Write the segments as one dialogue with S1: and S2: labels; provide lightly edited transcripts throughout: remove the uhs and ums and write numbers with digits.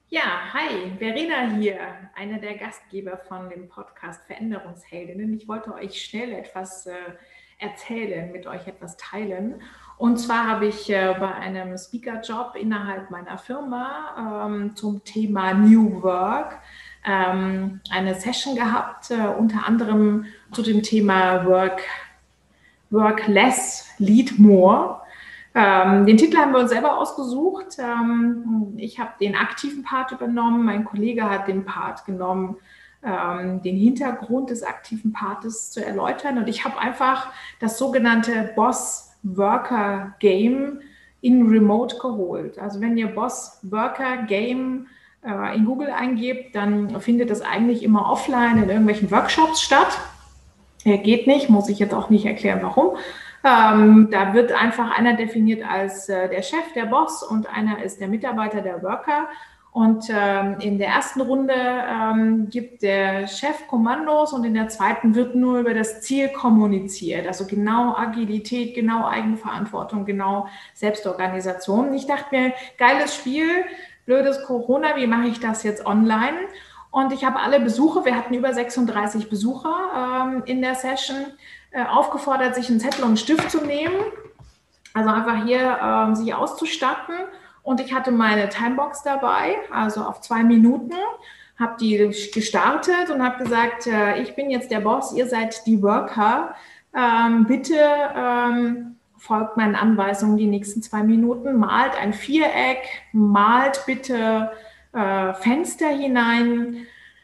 S1: Ja, hi, Verena hier, eine der Gastgeber von dem Podcast Veränderungsheldinnen. Ich wollte euch schnell etwas erzählen, mit euch etwas teilen. Und zwar habe ich bei einem Speaker-Job innerhalb meiner Firma zum Thema New Work eine Session gehabt, unter anderem zu dem Thema Work Less, Lead More. Den Titel haben wir uns selber ausgesucht. Ich habe den aktiven Part übernommen, mein Kollege hat den Part genommen, den Hintergrund des aktiven Partes zu erläutern. Und ich habe einfach das sogenannte Boss-Worker-Game in Remote geholt. Also wenn ihr Boss-Worker-Game in Google eingebt, dann findet es eigentlich immer offline in irgendwelchen Workshops statt. Geht nicht, muss ich jetzt auch nicht erklären, warum. Da wird einfach einer definiert als der Chef, der Boss, und einer ist der Mitarbeiter, der Worker. Und in der ersten Runde gibt der Chef Kommandos und in der zweiten wird nur über das Ziel kommuniziert. Also genau Agilität, genau Eigenverantwortung, genau Selbstorganisation. Ich dachte mir, geiles Spiel, blödes Corona, wie mache ich das jetzt online? Und ich habe alle Besucher, wir hatten über 36 Besucher in der Session, aufgefordert, sich einen Zettel und einen Stift zu nehmen, also einfach hier sich auszustatten. Und ich hatte meine Timebox dabei, also auf 2 Minuten, habe die gestartet und habe gesagt, ich bin jetzt der Boss, ihr seid die Worker. Bitte folgt meinen Anweisungen die nächsten 2 Minuten, malt ein Viereck, malt bitte Fenster hinein.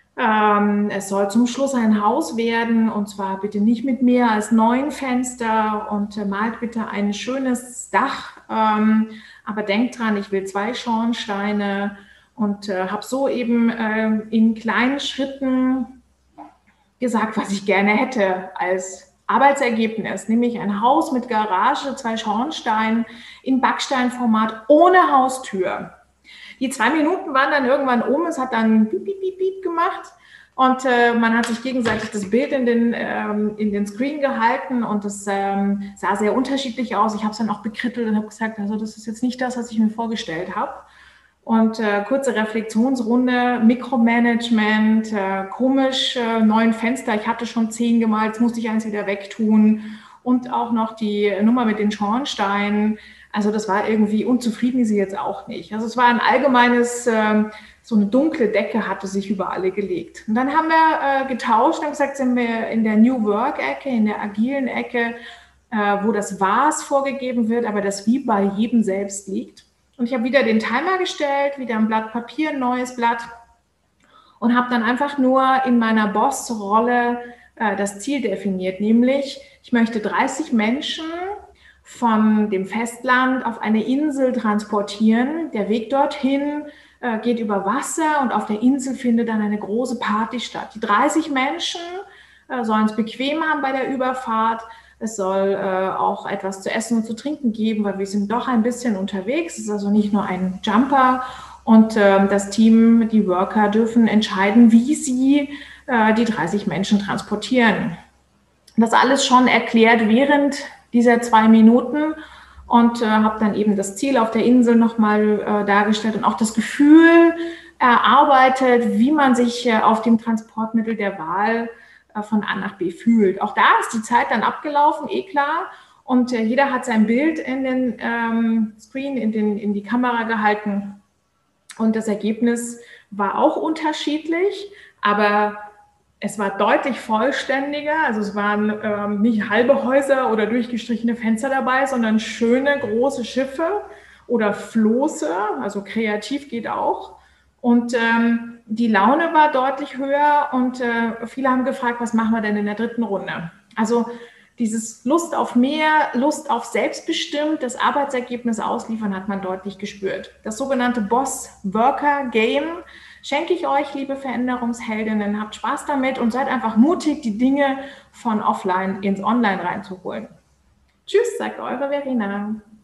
S1: Es soll zum Schluss ein Haus werden, und zwar bitte nicht mit mehr als 9 Fenster, und malt bitte ein schönes Dach. Aber denkt dran, ich will 2 Schornsteine, und habe so eben in kleinen Schritten gesagt, was ich gerne hätte als Arbeitsergebnis, nämlich ein Haus mit Garage, 2 Schornsteinen in Backsteinformat ohne Haustür. Die 2 Minuten waren dann irgendwann um, es hat dann piep, piep, piep, piep gemacht, und man hat sich gegenseitig das Bild in den Screen gehalten, und das sah sehr unterschiedlich aus. Ich habe es dann auch bekrittelt und habe gesagt, also das ist jetzt nicht das, was ich mir vorgestellt habe. Und kurze Reflexionsrunde, Mikromanagement, komisch, 9 Fenster, ich hatte schon 10 gemalt, jetzt musste ich eins wieder wegtun, und auch noch die Nummer mit den Schornsteinen. Also das war irgendwie, unzufrieden ist sie jetzt auch nicht. Also es war ein allgemeines, so eine dunkle Decke hatte sich über alle gelegt. Und dann haben wir getauscht und gesagt, sind wir in der New Work-Ecke, in der agilen Ecke, wo das Was vorgegeben wird, aber das Wie bei jedem selbst liegt. Und ich habe wieder den Timer gestellt, wieder ein Blatt Papier, ein neues Blatt, und habe dann einfach nur in meiner Boss-Rolle das Ziel definiert, nämlich ich möchte 30 Menschen von dem Festland auf eine Insel transportieren. Der Weg dorthin geht über Wasser, und auf der Insel findet dann eine große Party statt. Die 30 Menschen sollen es bequem haben bei der Überfahrt. Es soll auch etwas zu essen und zu trinken geben, weil wir sind doch ein bisschen unterwegs. Es ist also nicht nur ein Jumper. Und das Team, die Worker, dürfen entscheiden, wie sie die 30 Menschen transportieren. Das alles schon erklärt während dieser 2 Minuten, und habe dann eben das Ziel auf der Insel nochmal dargestellt und auch das Gefühl erarbeitet, wie man sich auf dem Transportmittel der Wahl von A nach B fühlt. Auch da ist die Zeit dann abgelaufen, klar, und jeder hat sein Bild in den Screen, in die Kamera gehalten, und das Ergebnis war auch unterschiedlich, aber es war deutlich vollständiger, also es waren nicht halbe Häuser oder durchgestrichene Fenster dabei, sondern schöne große Schiffe oder Floße, also kreativ geht auch. Und die Laune war deutlich höher, und viele haben gefragt, was machen wir denn in der 3. Runde? Also dieses Lust auf mehr, Lust auf selbstbestimmt das Arbeitsergebnis ausliefern, hat man deutlich gespürt. Das sogenannte Boss-Worker-Game schenke ich euch, liebe Veränderungsheldinnen. Habt Spaß damit und seid einfach mutig, die Dinge von offline ins Online reinzuholen. Tschüss, sagt eure Verena.